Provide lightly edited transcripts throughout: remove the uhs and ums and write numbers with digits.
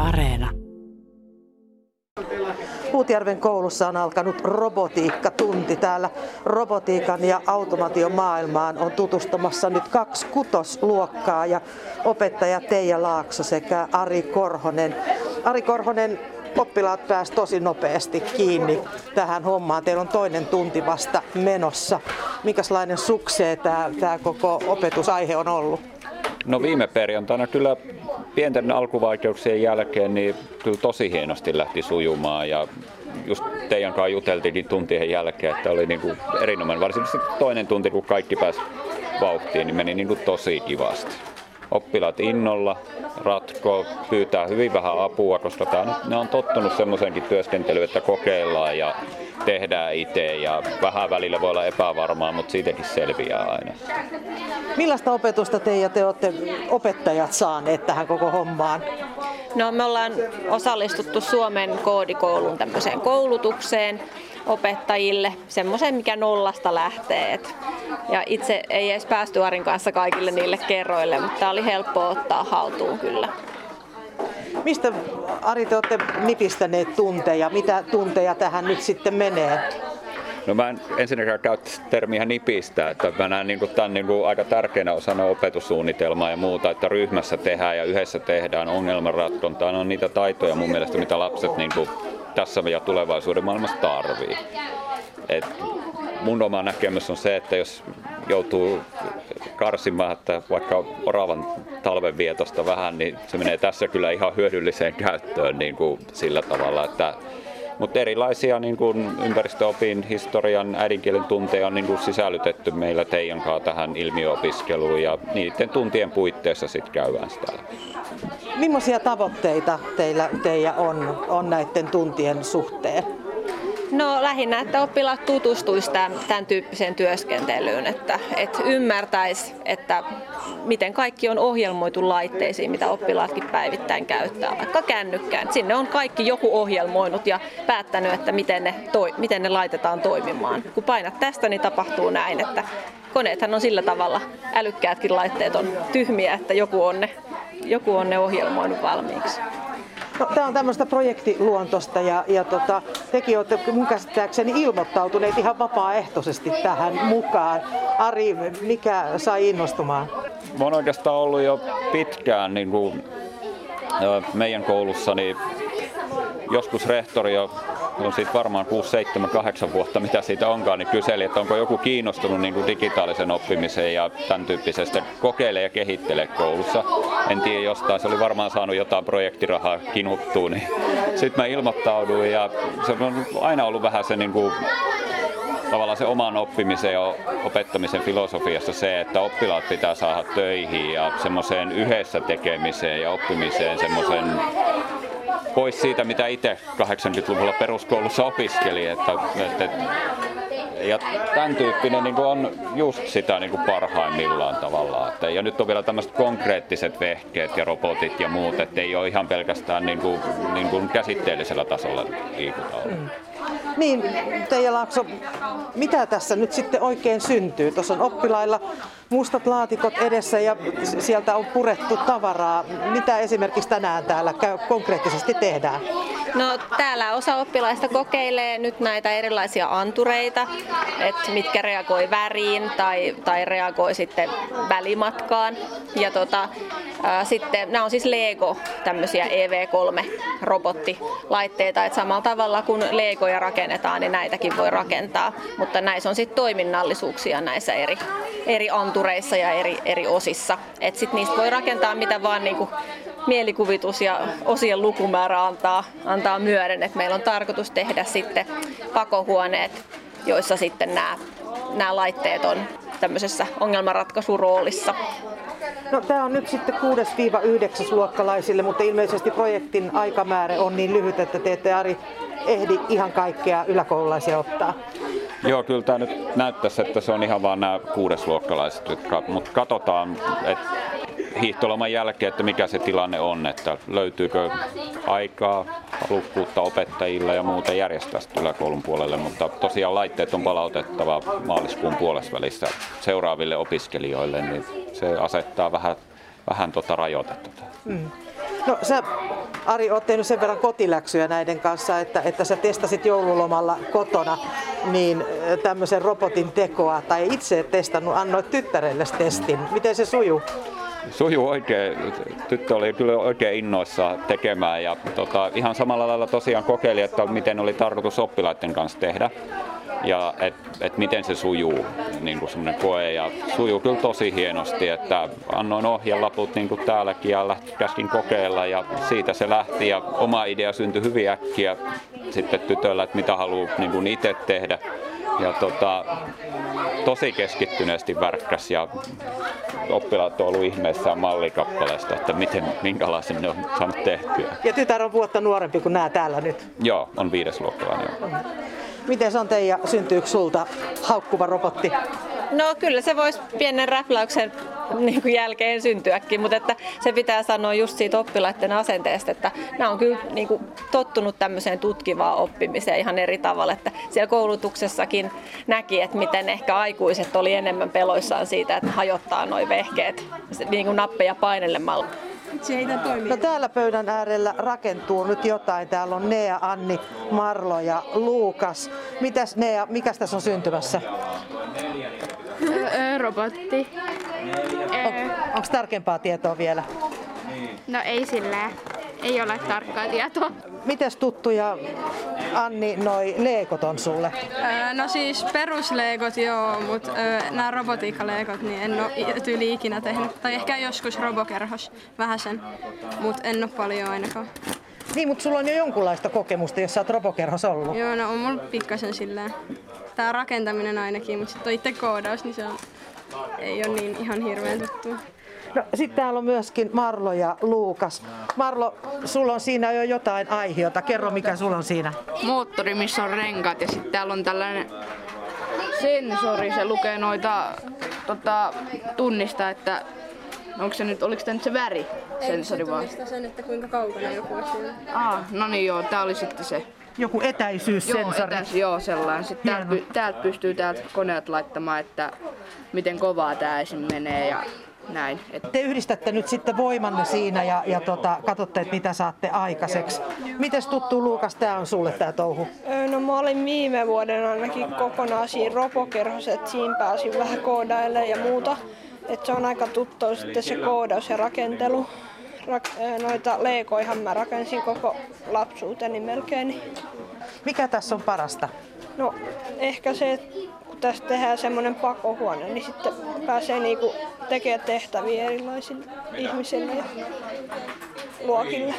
Areena. Puutjärven koulussa on alkanut robotiikkatunti. Täällä robotiikan ja automaation maailmaan on tutustumassa nyt 2 kutosluokkaa ja opettaja Teija Laakso sekä Ari Korhonen. Ari Korhonen, oppilaat pääsivät tosi nopeasti kiinni tähän hommaan. Teillä on toinen tunti vasta menossa. Minkälainen suksee tämä koko opetusaihe on ollut? No viime perjantaina kyllä pienten alkuvaikeuksien jälkeen niin kyllä tosi hienosti lähti sujumaan ja just teidän kanssa juteltiin niin tuntien jälkeen, että oli niin kuin erinomainen. Varsinkin toinen tunti, kun kaikki pääsi vauhtiin, niin meni niin kuin tosi kivasti. Oppilaat innolla, ratkoo, pyytää hyvin vähän apua, koska ne on tottunut semmoisenkin työskentelyyn, että kokeillaan ja tehdään itse ja vähän välillä voi olla epävarmaa, mutta siitäkin selviää aina. Millaista opetusta te olette opettajat saaneet tähän koko hommaan? No, me ollaan osallistuttu Suomen koodikoulun tämmöiseen koulutukseen opettajille, semmoisen mikä nollasta lähtee. Ja itse ei edes päästy Arin kanssa kaikille niille kerroille, mutta tämä oli helppo ottaa haltuun kyllä. Mistä, Ari, te olette nipistäneet tunteja? Mitä tunteja tähän nyt sitten menee? No mä en ensinnäkään käyttäisi termiä nipistää, että mä näen tämän aika tärkeänä osana opetussuunnitelmaa ja muuta, että ryhmässä tehdään ja yhdessä tehdään ongelmanratkontaa. Ne on niitä taitoja mun mielestä, mitä lapset tässä ja tulevaisuuden maailmassa tarvii. Mun oma näkemys on se, että jos joutuu karsimaan että vaikka oravan talvenvietosta vähän, niin se menee tässä kyllä ihan hyödylliseen käyttöön sillä tavalla, että mutta erilaisia ympäristöopin, historian, äidinkielen tunteja on sisällytetty meillä Teijan kanssa tähän ilmiöopiskeluun ja niiden tuntien puitteissa sitten käydään sitä. Millaisia tavoitteita teillä on näiden tuntien suhteen? No lähinnä, että oppilaat tutustuisivat tämän tyyppiseen työskentelyyn, että ymmärtäisi, että miten kaikki on ohjelmoitu laitteisiin, mitä oppilaatkin päivittäin käyttää, vaikka kännykkään. Sinne on kaikki joku ohjelmoinut ja päättänyt, että miten ne laitetaan toimimaan. Kun painat tästä, niin tapahtuu näin, että koneethan on sillä tavalla, älykkäätkin laitteet on tyhmiä, että joku on ne ohjelmoinut valmiiksi. No, tämä on tämmöistä projektiluontoista ja tekin olette mun käsittääkseni ilmoittautuneet ihan vapaaehtoisesti tähän mukaan. Ari, mikä sai innostumaan? Mä oon oikeastaan ollut jo pitkään meidän koulussani. Joskus rehtori on siitä varmaan 6, 7, 8 vuotta, mitä siitä onkaan, niin kyseli, että onko joku kiinnostunut digitaalisen oppimiseen ja tämän tyyppisestä kokeilee ja kehittelee koulussa. En tiedä jostain, se oli varmaan saanut jotain projektirahaa kinuttua, niin sitten mä ilmoittauduin ja se on aina ollut vähän se tavallaan se oman oppimisen ja opettamisen filosofiassa se, että oppilaat pitää saada töihin ja semmoiseen yhdessä tekemiseen ja oppimiseen semmoisen pois siitä, mitä itse 80-luvulla peruskoulussa opiskelin. Ja tämän tyyppinen on just sitä parhaimmillaan tavallaan. Ja nyt on vielä tämmöiset konkreettiset vehkeet ja robotit ja muut, ettei ole ihan pelkästään käsitteellisellä tasolla liikutaan. Niin, Teija Laakso, mitä tässä nyt sitten oikein syntyy? Tuossa on oppilailla mustat laatikot edessä ja sieltä on purettu tavaraa. Mitä esimerkiksi tänään täällä konkreettisesti tehdään? No, täällä osa oppilaista kokeilee nyt näitä erilaisia antureita, mitkä reagoi väriin tai reagoi sitten välimatkaan. Ja sitten nämä on siis Lego, tämmöisiä EV3-robottilaitteita, että samalla tavalla kun Legoja rakennetaan, niin näitäkin voi rakentaa, mutta näissä on sitten toiminnallisuuksia näissä eri antureissa ja eri osissa. Et sit niistä voi rakentaa mitä vaan mielikuvitus ja osien lukumäärä antaa myöden, että meillä on tarkoitus tehdä sitten pakohuoneet, joissa sitten nämä laitteet on tämmöisessä ongelmanratkaisuroolissa. No, tämä on nyt sitten 6-9 luokkalaisille, mutta ilmeisesti projektin aikamäärä on niin lyhyt, että te ette, Ari, ehdi ihan kaikkea yläkoululaisia ottaa. Joo, kyllä tämä nyt näyttäisi, että se on ihan vaan nämä 6-luokkalaiset, mutta katsotaan hiihtoloman jälkeen, että mikä se tilanne on, että löytyykö aikaa, halukkuutta opettajilla ja muuta järjestää yläkoulun puolelle, mutta tosiaan laitteet on palautettava maaliskuun puolesvälissä seuraaville opiskelijoille, niin se asettaa vähän rajoitetta. No sä, Ari, oot tehnyt sen verran kotiläksyjä näiden kanssa, että sä testasit joululomalla kotona niin tämmöisen robotin tekoa, tai itse et testannut, annoit tyttärelle testin. Miten se sujuu? Sujuu oikein. Tyttö oli kyllä oikein innoissaan tekemään ja ihan samalla lailla tosiaan kokeili, että miten oli tarkoitus oppilaiden kanssa tehdä. Ja et miten se sujuu, niin kuin semmoinen koe, ja sujuu kyllä tosi hienosti, että annoin ohjelaput niin kuin täälläkin ja käskin kokeilla ja siitä se lähti ja oma idea syntyi hyvin äkkiä sitten tytöllä, että mitä haluaa niin kuin itse tehdä. Ja tosi keskittyneesti värkkäs ja oppilaat on ollut ihmeissään mallikappaleesta, että minkälaisen ne on saanut tehtyä. Ja tytär on vuotta nuorempi kuin nää täällä nyt. Joo, on 5. luokkalainen. Miten se on Teija, syntyykö sulta haukkuva robotti? No kyllä se voisi pienen räpläyksen niin kuin jälkeen syntyäkin, mutta että se pitää sanoa just siitä oppilaiden asenteesta, että nämä on kyllä niin kuin tottunut tämmöiseen tutkivaan oppimiseen ihan eri tavalla, että siellä koulutuksessakin näki, että miten ehkä aikuiset oli enemmän peloissaan siitä, että hajottaa nuo vehkeet niin kuin nappeja painelemalla. No täällä pöydän äärellä rakentuu nyt jotain. Täällä on Nea, Anni, Marlo ja Luukas. Mitäs Nea, mikäs tässä on syntymässä? Robotti. Onko tarkempaa tietoa vielä? No ei sillä. Ei ole tarkkaa tietoa. Mites tuttuja, Anni, noi leekot on sulle? No siis perusleekot joo, mutta nämä robotiikkaleekot niin en ole tyyli ikinä tehnyt. Tai ehkä joskus robokerhos vähäsen, mutta en ole paljon ainakaan. Niin, mutta sulla on jo jonkunlaista kokemusta, jos sä oot robokerhos ollut. Joo, no on mulla pikkasen silleen. Tää rakentaminen ainakin, mutta sitten itse koodaus, niin se on, ei ole niin ihan hirveän tuttua. No, sitten täällä on myöskin Marlo ja Luukas. Marlo, sulla on siinä jo jotain aihiota. Kerro, mikä sulla on siinä. Moottori, missä on renkaat ja sitten täällä on tällainen sensori. Se lukee noita, tunnistaa, että oliko tämä nyt se väri sensori vaan? Se sen, että kuinka kaukana joku on siellä. No niin joo, tää oli sitten se. Joku etäisyyssensori. Joo, sellainen. Sitten täältä pystyy koneet laittamaan, että miten kovaa tää esim. Menee ja näin. Te yhdistätte nyt sitten voimanne siinä ja katsotte, että mitä saatte aikaiseksi. Mites tuttu, Luukas, tää on sulle tää touhu? No mä olin viime vuoden ainakin kokonaan siinä robokerhossa, että siinä pääsin vähän koodailemaan ja muuta. Että se on aika tuttua sitten se koodaus ja rakentelu. Noita leekoihan mä rakensin koko lapsuuteni melkein. Mikä tässä on parasta? No ehkä se, että kun tästä tehdään semmoinen pakohuone, niin sitten pääsee niinku tekemään tehtäviä erilaisille ihmisille ja luokille.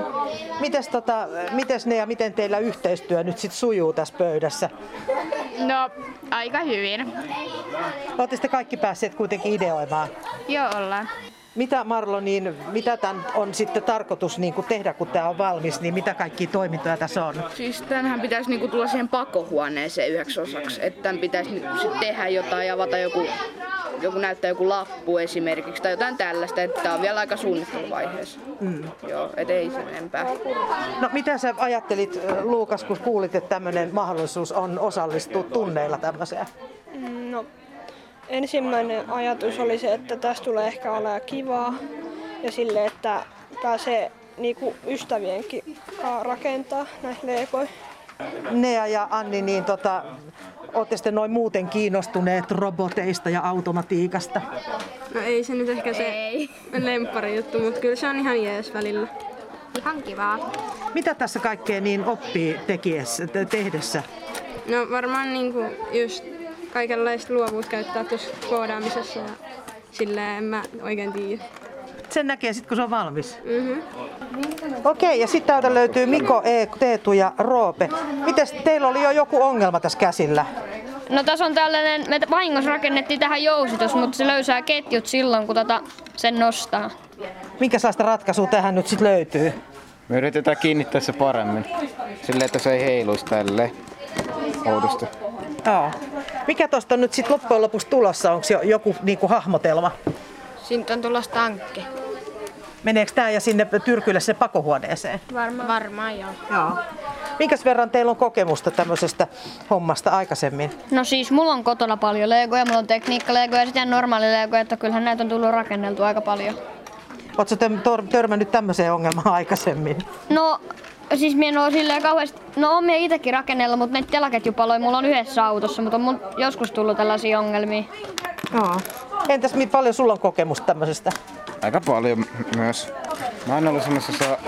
Mites ne ja miten teillä yhteistyö nyt sit sujuu tässä pöydässä? No, aika hyvin. Olette sitten kaikki päässeet kuitenkin ideoimaan? Joo, ollaan. Mitä Marlo, niin mitä tämän on sitten tarkoitus niin tehdä, kun tämä on valmis, niin mitä kaikkia toimintoja tässä on? Siis tämänhän pitäisi tulla siihen pakohuoneeseen yhdeksi osaksi, että tämän pitäisi sit tehdä jotain, avata näyttää joku lappu esimerkiksi tai jotain tällaista, että tämä on vielä aika suunnitteluvaiheessa. Joo, et ei sen enempää. No mitä sä ajattelit, Luukas, kun kuulit, että tämmöinen mahdollisuus on osallistua tunneilla tämmöiseen? No, ensimmäinen ajatus oli se, että tästä tulee ehkä olemaan kivaa ja sille, että pääsee niinku ystävienkin rakentaa näitä leekoja. Nea ja Anni, niin ootte sitten noin muuten kiinnostuneet roboteista ja automatiikasta? No ei se nyt ehkä se lemppari juttu, mutta kyllä se on ihan jees välillä. Ihan kivaa. Mitä tässä kaikkea niin oppii tehdessä? No varmaan niinku just kaikenlaista luovuutta käyttää tuossa koodaamisessa ja silleen en mä oikein tiedä. Sen näkee sitten, kun se on valmis. Okei, ja sitten täältä löytyy Miko, Teetu ja Roope. Mites teillä oli jo joku ongelma tässä käsillä? No tässä on tällainen, me vahingossa rakennettiin tähän jousitus, mutta se löysää ketjut silloin, kun sen nostaa. Minkälaista ratkaisua tähän nyt sitten löytyy? Me yritetään kiinnittää se paremmin, silleen, että se ei heiluisi tälleen oudosti. Joo. Mikä tuosta on nyt sitten loppujen lopuksi tulossa? Onko joku niinku hahmotelma? Siitä on tulossa tankki. Meneekö tämä ja sinne Tyrkylle se pakohuoneeseen? Varmaan joo. Joo. Minkäs verran teillä on kokemusta tämmöisestä hommasta aikaisemmin? No siis mulla on kotona paljon legoja, mulla on tekniikkalegoja ja sitten normaalilegoja, että kyllähän näitä on tullut rakenneltua aika paljon. Ootko törmännyt tämmöiseen ongelmaan aikaisemmin? No, siis minä en ole silleen kauheasti, no on minä itsekin rakennella, mutta näitä telaketjupaloja mulla on yhdessä autossa, mutta on mun joskus tullut tällaisia ongelmia. Joo. Entäs paljon sulla on kokemusta tämmöisestä? Aika paljon myös. Mä oon ollut semmoisessa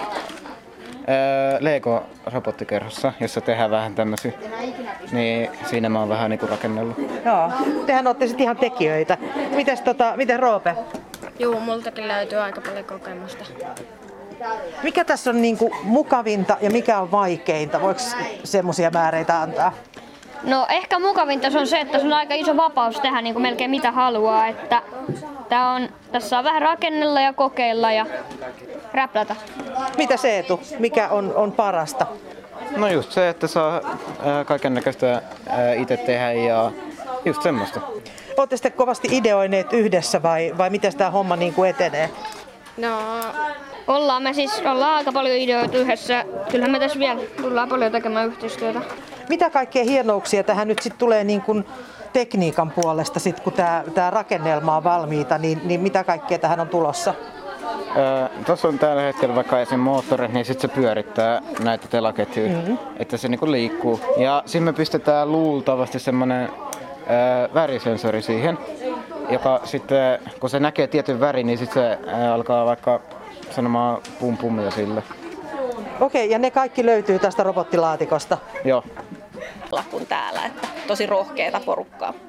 Lego-robottikerhossa, jossa tehdään vähän tämmöisiä. Niin siinä mä oon vähän niinku rakennellut. Joo. Tehän ootte sit ihan tekijöitä. Miten Roope? Joo, multakin löytyy aika paljon kokemusta. Mikä tässä on niinku mukavinta ja mikä on vaikeinta? Voiko semmoisia määreitä antaa? No ehkä mukavinta se on se, että se on aika iso vapaus tehdä niin kuin melkein mitä haluaa. Että tässä on vähän rakennella ja kokeilla ja räplätä. Mitä se Eetu? Mikä on parasta? No just se, että saa kaikennäköistä itse tehdä ja just semmoista. Olette sitten kovasti ideoineet yhdessä vai miten tämä homma niin kuin etenee? No, ollaan aika paljon ideoitu yhdessä. Kyllähän me tässä vielä tullaan paljon tekemään yhteistyötä. Mitä kaikkea hienouksia tähän nyt sitten tulee niin kuin tekniikan puolesta, sit kun tämä rakennelma on valmiita, niin mitä kaikkea tähän on tulossa? Tuossa on tällä hetkellä vaikka esim. Moottori, niin sitten se pyörittää näitä telaketjuja, että se niinku liikkuu. Ja sitten me pistetään luultavasti semmoinen värisensori siihen, joka sitten, kun se näkee tietyn värin, niin sitten se alkaa vaikka sanomaan pum pum ja sille. Okei, ja ne kaikki löytyy tästä robottilaatikosta? Joo. Kuin täällä, että tosi rohkeata porukkaa.